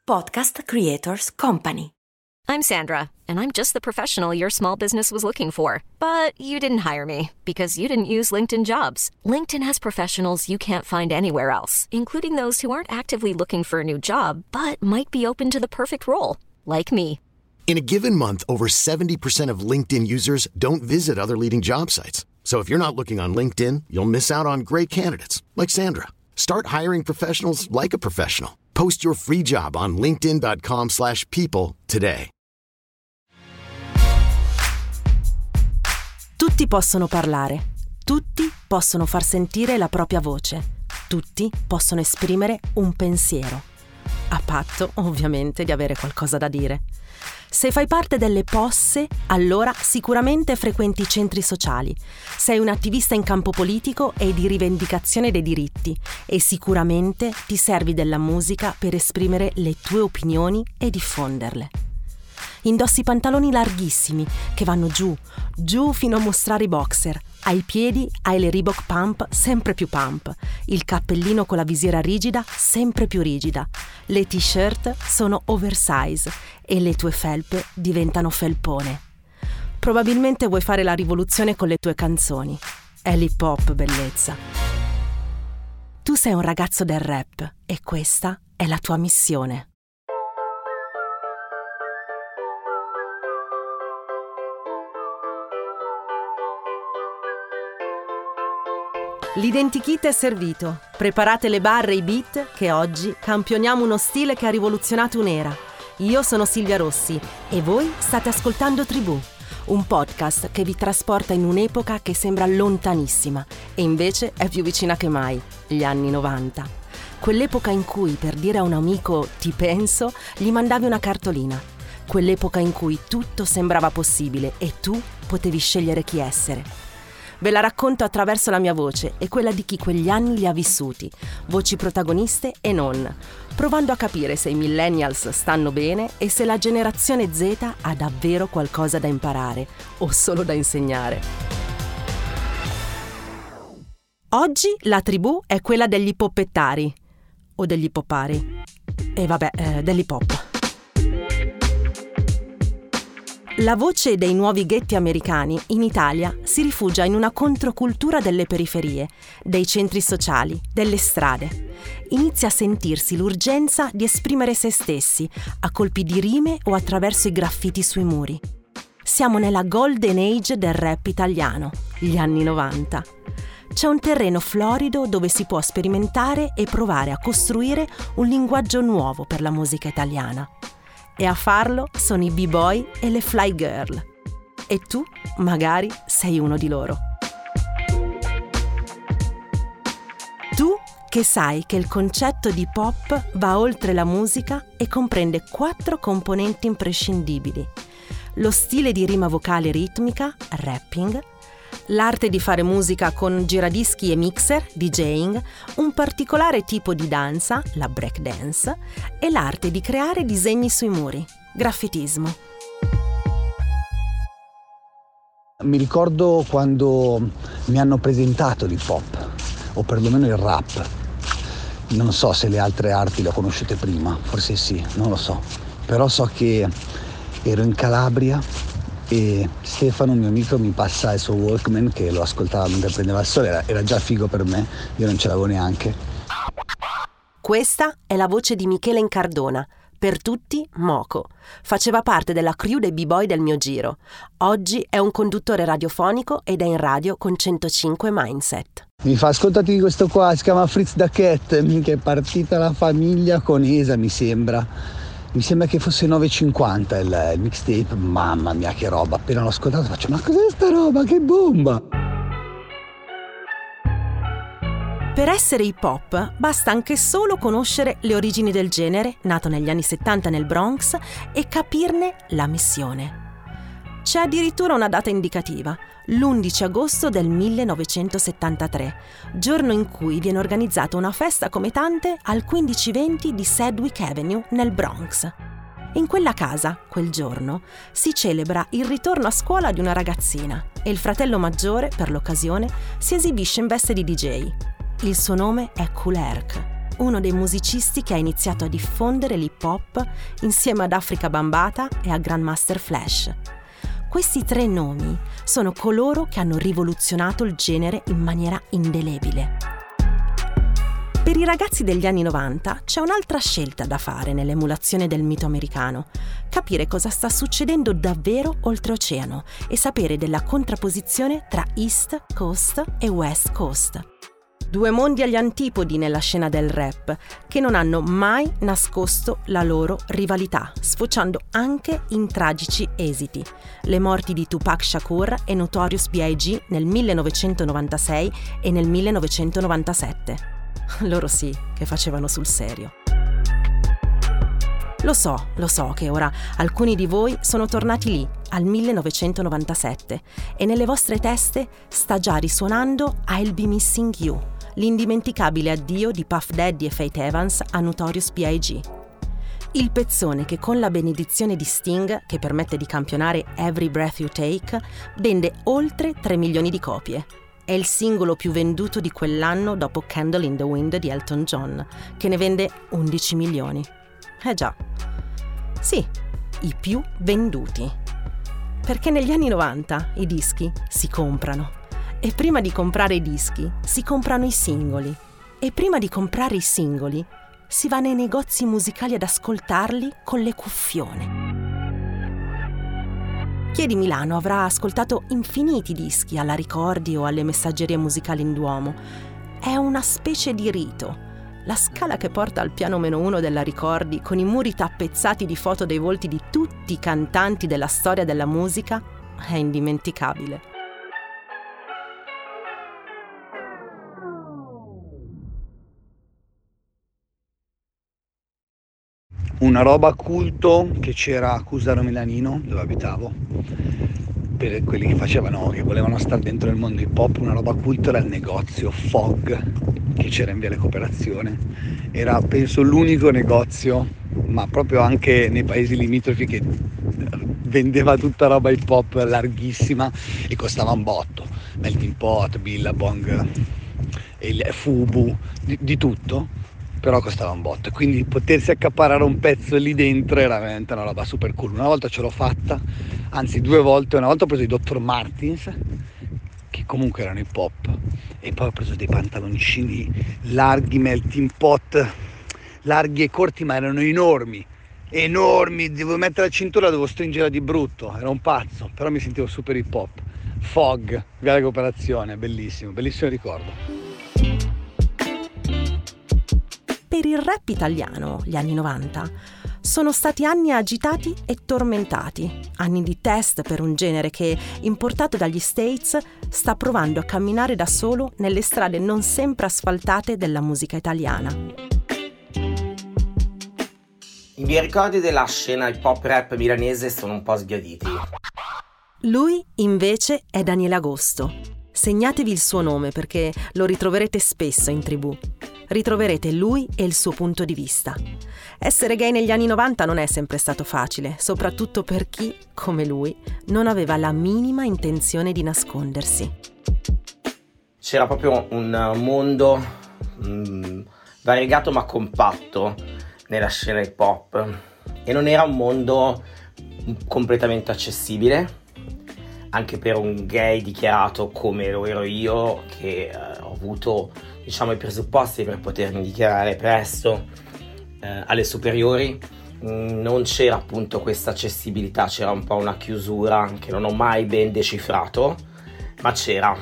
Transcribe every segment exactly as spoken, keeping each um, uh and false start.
Podcast Creators Company. I'm Sandra, and I'm just the professional your small business was looking for. But you didn't hire me because you didn't use LinkedIn Jobs. LinkedIn has professionals you can't find anywhere else, including those who aren't actively looking for a new job, but might be open to the perfect role, like me. In a given month, over seventy percent of LinkedIn users don't visit other leading job sites. So if you're not looking on LinkedIn, you'll miss out on great candidates like Sandra. Start hiring professionals like a professional. Post your free job on linkedin.com slash people today. Tutti possono parlare, tutti possono far sentire la propria voce, tutti possono esprimere un pensiero, a patto ovviamente di avere qualcosa da dire. Se fai parte delle posse, allora sicuramente frequenti i centri sociali, sei un attivista in campo politico e di rivendicazione dei diritti e sicuramente ti servi della musica per esprimere le tue opinioni e diffonderle. Indossi pantaloni larghissimi che vanno giù, giù fino a mostrare i boxer. Ai piedi hai le Reebok Pump sempre più pump, il cappellino con la visiera rigida sempre più rigida, le t-shirt sono oversize e le tue felpe diventano felpone. Probabilmente vuoi fare la rivoluzione con le tue canzoni. È l'hip hop, bellezza. Tu sei un ragazzo del rap e questa è la tua missione. L'identikit è servito. Preparate le barre e i beat che oggi campioniamo uno stile che ha rivoluzionato un'era. Io sono Silvia Rossi e voi state ascoltando Tribù, un podcast che vi trasporta in un'epoca che sembra lontanissima e invece è più vicina che mai, gli anni novanta. Quell'epoca in cui per dire a un amico "ti penso" gli mandavi una cartolina. Quell'epoca in cui tutto sembrava possibile e tu potevi scegliere chi essere. Ve la racconto attraverso la mia voce e quella di chi quegli anni li ha vissuti, voci protagoniste e non, provando a capire se i millennials stanno bene e se la generazione Z ha davvero qualcosa da imparare o solo da insegnare. Oggi la tribù è quella degli ippopettari, o degli ippopari, e vabbè, eh, dell'hip hop. La voce dei nuovi ghetti americani in Italia si rifugia in una controcultura delle periferie, dei centri sociali, delle strade. Inizia a sentirsi l'urgenza di esprimere se stessi, a colpi di rime o attraverso i graffiti sui muri. Siamo nella golden age del rap italiano, gli anni novanta. C'è un terreno florido dove si può sperimentare e provare a costruire un linguaggio nuovo per la musica italiana. E a farlo sono i b-boy e le fly girl. E tu, magari, sei uno di loro. Tu che sai che il concetto di pop va oltre la musica e comprende quattro componenti imprescindibili: lo stile di rima vocale ritmica, rapping, l'arte di fare musica con giradischi e mixer, DJing, un particolare tipo di danza, la breakdance, e l'arte di creare disegni sui muri, graffitismo. Mi ricordo quando mi hanno presentato l'hip hop, o perlomeno il rap. Non so se le altre arti le ho conosciute prima, forse sì, non lo so. Però so che ero in Calabria e Stefano, mio amico, mi passa il suo Walkman che lo ascoltava mentre prendeva il sole, era, era già figo per me, io non ce l'avevo neanche. Questa è la voce di Michele Incardona, per tutti Moco. Faceva parte della crew dei b-boy del mio giro. Oggi è un conduttore radiofonico ed è in radio con centocinque Mindset. Mi fa: ascoltati questo qua, si chiama Fritz da Cat, minchia, è partita la famiglia con Esa, mi sembra. Mi sembra che fosse nove e cinquanta il, il mixtape, mamma mia che roba, appena l'ho ascoltato faccio: ma cos'è sta roba, che bomba! Per essere hip hop basta anche solo conoscere le origini del genere, nato negli anni settanta nel Bronx, e capirne la missione. C'è addirittura una data indicativa, l'undici agosto del millenovecentosettantatré, giorno in cui viene organizzata una festa come tante al quindici venti di Sedgwick Avenue nel Bronx. In quella casa, quel giorno, si celebra il ritorno a scuola di una ragazzina e il fratello maggiore, per l'occasione, si esibisce in veste di D J. Il suo nome è Kool Herc. uno dei musicisti che ha iniziato a diffondere l'hip hop insieme ad Afrika Bambaataa e a Grandmaster Flash. Questi tre nomi sono coloro che hanno rivoluzionato il genere in maniera indelebile. Per i ragazzi degli anni novanta c'è un'altra scelta da fare nell'emulazione del mito americano: capire cosa sta succedendo davvero oltreoceano e sapere della contrapposizione tra East Coast e West Coast. Due mondi agli antipodi nella scena del rap, che non hanno mai nascosto la loro rivalità, sfociando anche in tragici esiti. Le morti di Tupac Shakur e Notorious B I G nel millenovecentonovantasei e nel millenovecentonovantasette. Loro sì, che facevano sul serio. Lo so, lo so che ora alcuni di voi sono tornati lì, al millenovecentonovantasette, e nelle vostre teste sta già risuonando I'll Be Missing You, l'indimenticabile addio di Puff Daddy e Faith Evans a Notorious B I G. Il pezzone che con la benedizione di Sting, che permette di campionare Every Breath You Take, vende oltre tre milioni di copie. È il singolo più venduto di quell'anno dopo Candle in the Wind di Elton John, che ne vende undici milioni. Eh già. Sì, i più venduti. Perché negli anni novanta i dischi si comprano. E prima di comprare i dischi si comprano i singoli. E prima di comprare i singoli si va nei negozi musicali ad ascoltarli con le cuffione. Chi è di Milano avrà ascoltato infiniti dischi alla Ricordi o alle Messaggerie Musicali in Duomo. È una specie di rito. La scala che porta al piano meno uno della Ricordi, con i muri tappezzati di foto dei volti di tutti i cantanti della storia della musica, è indimenticabile. Una roba culto che c'era a Cusano Milanino, dove abitavo, per quelli che facevano, che volevano stare dentro il mondo hip hop. Una roba culto era il negozio Fog, che c'era in Viale Cooperazione. Era, penso, l'unico negozio, ma proprio anche nei paesi limitrofi, che vendeva tutta roba hip hop larghissima e costava un botto. Melting Pot, Billabong, il Fubu, di, di tutto. Però costava un botto, quindi potersi accaparrare un pezzo lì dentro era veramente una roba super cool. Una volta ce l'ho fatta, anzi due volte. Una volta ho preso i doctor Martens, che comunque erano hip hop, e poi ho preso dei pantaloncini larghi, Melting Pot, larghi e corti, ma erano enormi, enormi, devo mettere la cintura, devo stringerla di brutto, ero un pazzo, però mi sentivo super hip hop. Fog, Viale Cooperazione, bellissimo, bellissimo ricordo. Per il rap italiano, gli anni novanta, sono stati anni agitati e tormentati, anni di test per un genere che, importato dagli States, sta provando a camminare da solo nelle strade non sempre asfaltate della musica italiana. I miei ricordi della scena hip hop rap milanese sono un po' sbiaditi. Lui, invece, è Daniele Agosto. Segnatevi il suo nome perché lo ritroverete spesso in Tribù. Ritroverete lui e il suo punto di vista. Essere gay negli anni novanta non è sempre stato facile, soprattutto per chi, come lui, non aveva la minima intenzione di nascondersi. C'era proprio un mondo mh, variegato ma compatto nella scena hip hop, e non era un mondo completamente accessibile, anche per un gay dichiarato come lo ero io, che eh, ho avuto, diciamo, i presupposti per potermi dichiarare presto eh, alle superiori. Non c'era appunto questa accessibilità, c'era un po' una chiusura che non ho mai ben decifrato, ma c'era.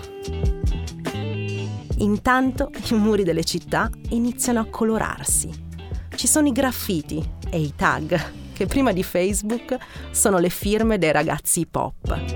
Intanto i muri delle città iniziano a colorarsi. Ci sono i graffiti e i tag, che prima di Facebook sono le firme dei ragazzi hip hop.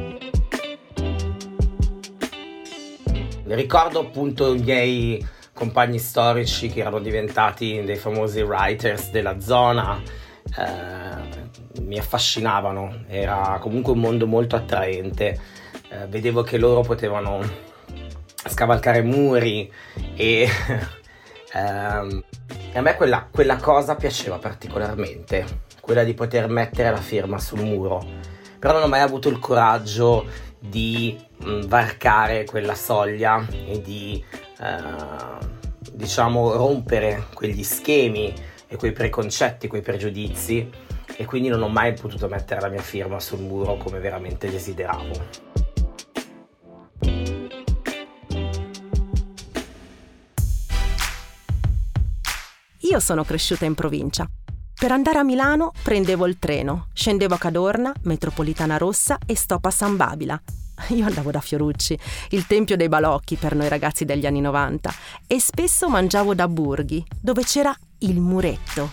Ricordo appunto i miei compagni storici che erano diventati dei famosi writers della zona, eh, mi affascinavano, era comunque un mondo molto attraente, eh, vedevo che loro potevano scavalcare muri e, ehm, e a me quella, quella cosa piaceva particolarmente, quella di poter mettere la firma sul muro, però non ho mai avuto il coraggio di mh, varcare quella soglia e di uh, diciamo, rompere quegli schemi e quei preconcetti, quei pregiudizi, e quindi non ho mai potuto mettere la mia firma sul muro come veramente desideravo. Io sono cresciuta in provincia. Per andare a Milano prendevo il treno, scendevo a Cadorna, Metropolitana Rossa e stop a San Babila. Io andavo da Fiorucci, il tempio dei balocchi per noi ragazzi degli anni novanta, e spesso mangiavo da Burghi, dove c'era il Muretto.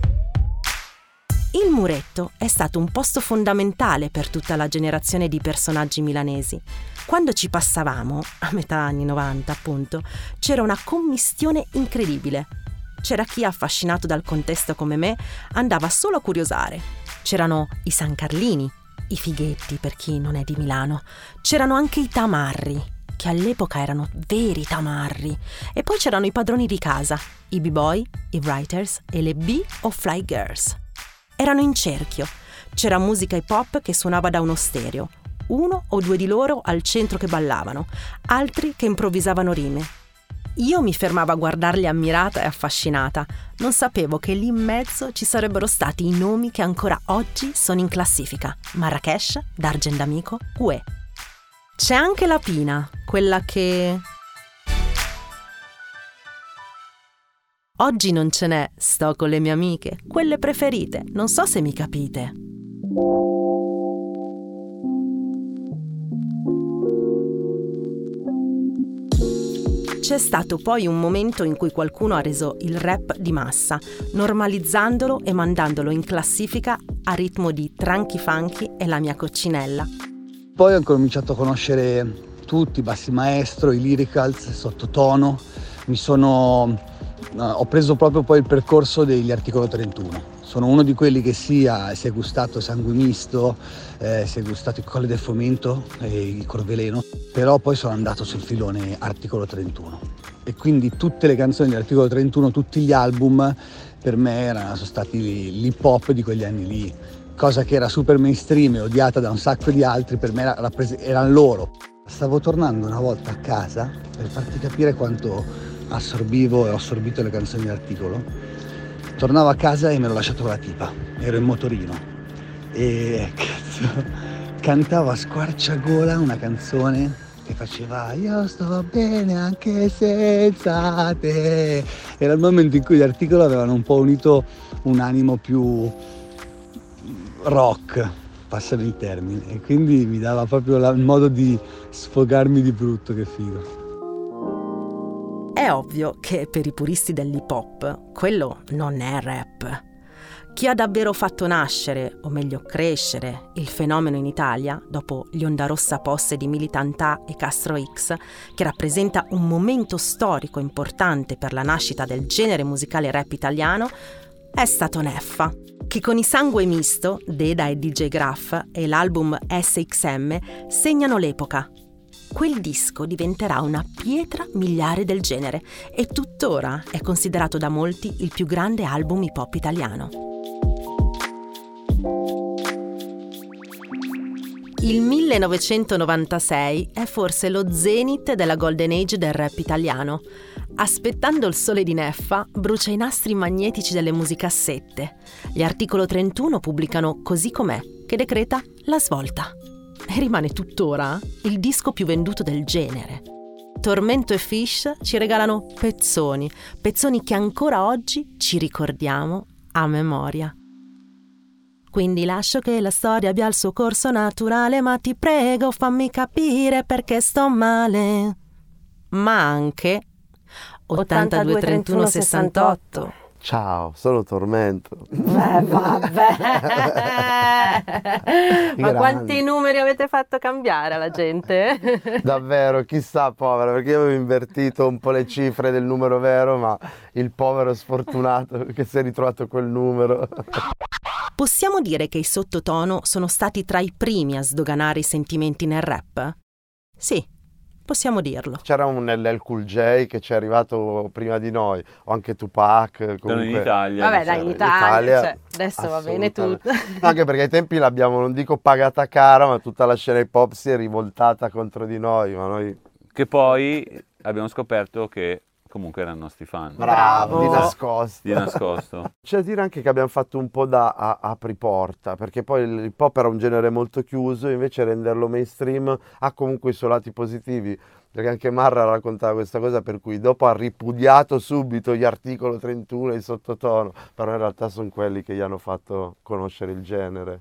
Il Muretto è stato un posto fondamentale per tutta la generazione di personaggi milanesi. Quando ci passavamo, a metà anni novanta appunto, c'era una commistione incredibile. C'era chi, affascinato dal contesto come me, andava solo a curiosare. C'erano i San Carlini, i fighetti per chi non è di Milano. C'erano anche i tamarri, che all'epoca erano veri tamarri. E poi c'erano i padroni di casa, i b-boy, i writers e le B o fly girls. Erano in cerchio. C'era musica hip hop che suonava da uno stereo. Uno o due di loro al centro che ballavano, altri che improvvisavano rime. Io mi fermavo a guardarli ammirata e affascinata. Non sapevo che lì in mezzo ci sarebbero stati i nomi che ancora oggi sono in classifica: Marrakesh, D'Argent D'Amico, Uè. C'è anche la Pina, quella che... Oggi non ce n'è, sto con le mie amiche, quelle preferite, non so se mi capite. C'è stato poi un momento in cui qualcuno ha reso il rap di massa, normalizzandolo e mandandolo in classifica a ritmo di Tranchi Funky e La Mia Coccinella. Poi ho cominciato a conoscere tutti, Bassi Maestro, i Lyricals, Sottotono. Mi sono... ho preso proprio poi il percorso degli Articolo trentuno. Sono uno di quelli che sia si è gustato Sangue Misto, eh, si è gustato il Colle del Fomento e il Corveleno, però poi sono andato sul filone Articolo trentuno. E quindi tutte le canzoni di Articolo trentuno, tutti gli album, per me erano, sono stati l'hip hop di quegli anni lì. Cosa che era super mainstream e odiata da un sacco di altri, per me era, rappres- erano loro. Stavo tornando una volta a casa per farti capire quanto assorbivo e ho assorbito le canzoni dell'Articolo. Tornavo a casa e mi ero lasciato con la tipa, ero in motorino e cazzo, cantavo a squarciagola una canzone che faceva "Io sto bene anche senza te". Era il momento in cui gli Articolo avevano un po' unito un animo più rock, passano i termini, e quindi mi dava proprio la, il modo di sfogarmi di brutto. Che figo. È ovvio che per i puristi dell'hip hop quello non è rap. Chi ha davvero fatto nascere, o meglio crescere, il fenomeno in Italia, dopo gli Onda Rossa Posse di Militantà e Castro X, che rappresenta un momento storico importante per la nascita del genere musicale rap italiano, è stato Neffa, che con i Sangue Misto, Deda e D J Graff e l'album S X M segnano l'epoca. Quel disco diventerà una pietra miliare del genere e tuttora è considerato da molti il più grande album hip hop italiano. Il millenovecentonovantasei è forse lo zenith della golden age del rap italiano. Aspettando il sole di Neffa, brucia i nastri magnetici delle musicassette. Gli Articolo trentuno pubblicano Così com'è, che decreta la svolta. E rimane tuttora il disco più venduto del genere. Tormento e Fish ci regalano pezzoni, pezzoni che ancora oggi ci ricordiamo a memoria. Quindi lascio che la storia abbia il suo corso naturale, ma ti prego fammi capire perché sto male. Ma anche ottantadue trentuno sessantotto. Ciao, sono Tormento. Beh, vabbè. Ma quanti numeri avete fatto cambiare alla gente? Davvero, chissà povero, perché io avevo invertito un po' le cifre del numero vero, ma il povero sfortunato che si è ritrovato quel numero. Possiamo dire che i Sottotono sono stati tra i primi a sdoganare i sentimenti nel rap? Sì. Possiamo dirlo. C'era un L L Cool J che ci è arrivato prima di noi, o anche Tupac. Comunque. In Italia. Vabbè, dai, in Italia, Italia cioè, adesso va bene tutto. Anche perché ai tempi l'abbiamo, non dico pagata cara, ma tutta la scena hip hop si è rivoltata contro di noi, ma noi... Che poi abbiamo scoperto che comunque erano nostri fan. Bravo, di nascosto. Di nascosto. C'è da dire anche che abbiamo fatto un po' da a- apriporta, perché poi il hip hop era un genere molto chiuso, invece renderlo mainstream ha comunque i suoi lati positivi, perché anche Marra raccontava questa cosa per cui dopo ha ripudiato subito gli articolo trentuno e il sottotono, però in realtà sono quelli che gli hanno fatto conoscere il genere.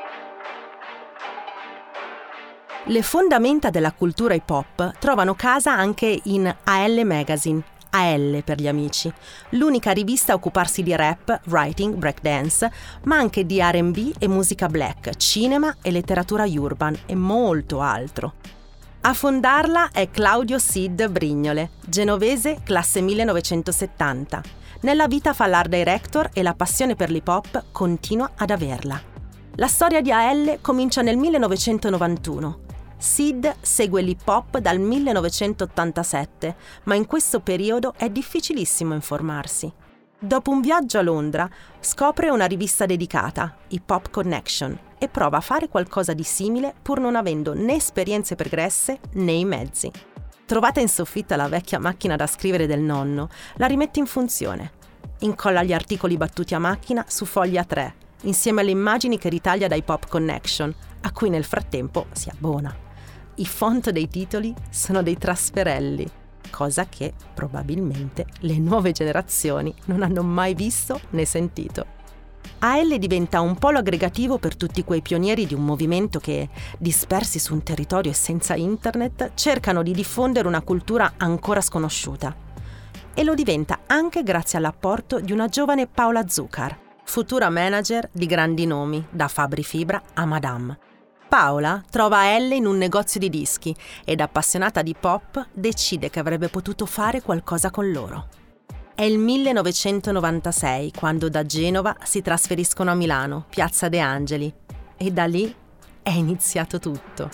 Le fondamenta della cultura hip hop trovano casa anche in A L Magazine, A L per gli amici, l'unica rivista a occuparsi di rap, writing, breakdance, ma anche di R and B e musica black, cinema e letteratura urban e molto altro. A fondarla è Claudio Sid Brignole, genovese classe millenovecentosettanta. Nella vita fa l'art director e la passione per l'hip hop continua ad averla. La storia di A L comincia nel millenovecentonovantuno. Sid segue l'hip hop dal millenovecentottantasette, ma in questo periodo è difficilissimo informarsi. Dopo un viaggio a Londra, scopre una rivista dedicata, Hip Hop Connection, e prova a fare qualcosa di simile pur non avendo né esperienze pregresse né i mezzi. Trovata in soffitta la vecchia macchina da scrivere del nonno, la rimette in funzione. Incolla gli articoli battuti a macchina su fogli A tre, insieme alle immagini che ritaglia da Hip Hop Connection, a cui nel frattempo si abbona. I font dei titoli sono dei trasferelli, cosa che probabilmente le nuove generazioni non hanno mai visto né sentito. A L diventa un polo aggregativo per tutti quei pionieri di un movimento che, dispersi su un territorio e senza internet, cercano di diffondere una cultura ancora sconosciuta. E lo diventa anche grazie all'apporto di una giovane Paola Zucar, futura manager di grandi nomi, da Fabri Fibra a Madame. Paola trova A L in un negozio di dischi ed, appassionata di pop, decide che avrebbe potuto fare qualcosa con loro. È il millenovecentonovantasei quando da Genova si trasferiscono a Milano, Piazza De Angeli, e da lì è iniziato tutto.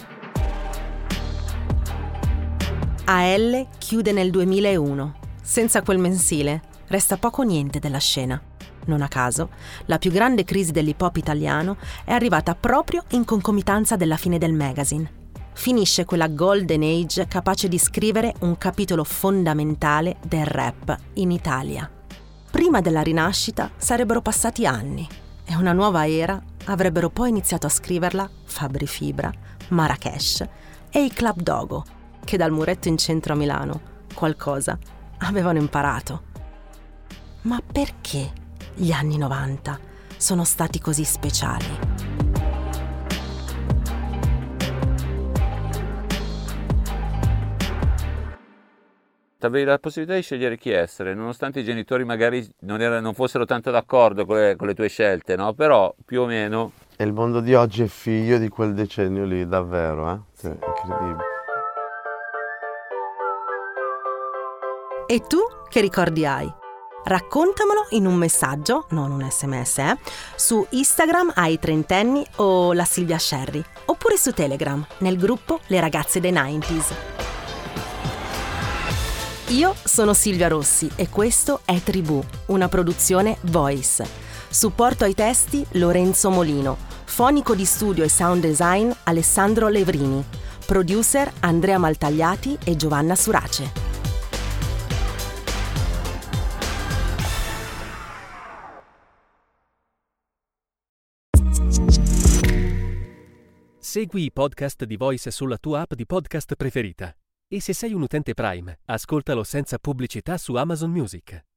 A L chiude nel duemilauno. Senza quel mensile resta poco o niente della scena. Non a caso, la più grande crisi dell'hip hop italiano è arrivata proprio in concomitanza della fine del magazine. Finisce quella golden age capace di scrivere un capitolo fondamentale del rap in Italia. Prima della rinascita sarebbero passati anni e una nuova era avrebbero poi iniziato a scriverla Fabri Fibra, Marrakesh e i Club Dogo, che dal muretto in centro a Milano qualcosa avevano imparato. Ma perché gli anni novanta sono stati così speciali? Avevi la possibilità di scegliere chi essere, nonostante i genitori magari non, era, non fossero tanto d'accordo con le, con le tue scelte, no? Però più o meno... E il mondo di oggi è figlio di quel decennio lì, davvero, eh? Sì, incredibile. E tu che ricordi hai? Raccontamelo in un messaggio, non un sms, eh, su Instagram ai trentenni o la Silvia Sherry, oppure su Telegram, nel gruppo Le Ragazze dei novanta. Io sono Silvia Rossi e questo è Tribù, una produzione Voice. Supporto ai testi Lorenzo Molino, fonico di studio e sound design Alessandro Levrini, producer Andrea Maltagliati e Giovanna Surace. Segui i podcast di Voice sulla tua app di podcast preferita. E se sei un utente Prime, ascoltalo senza pubblicità su Amazon Music.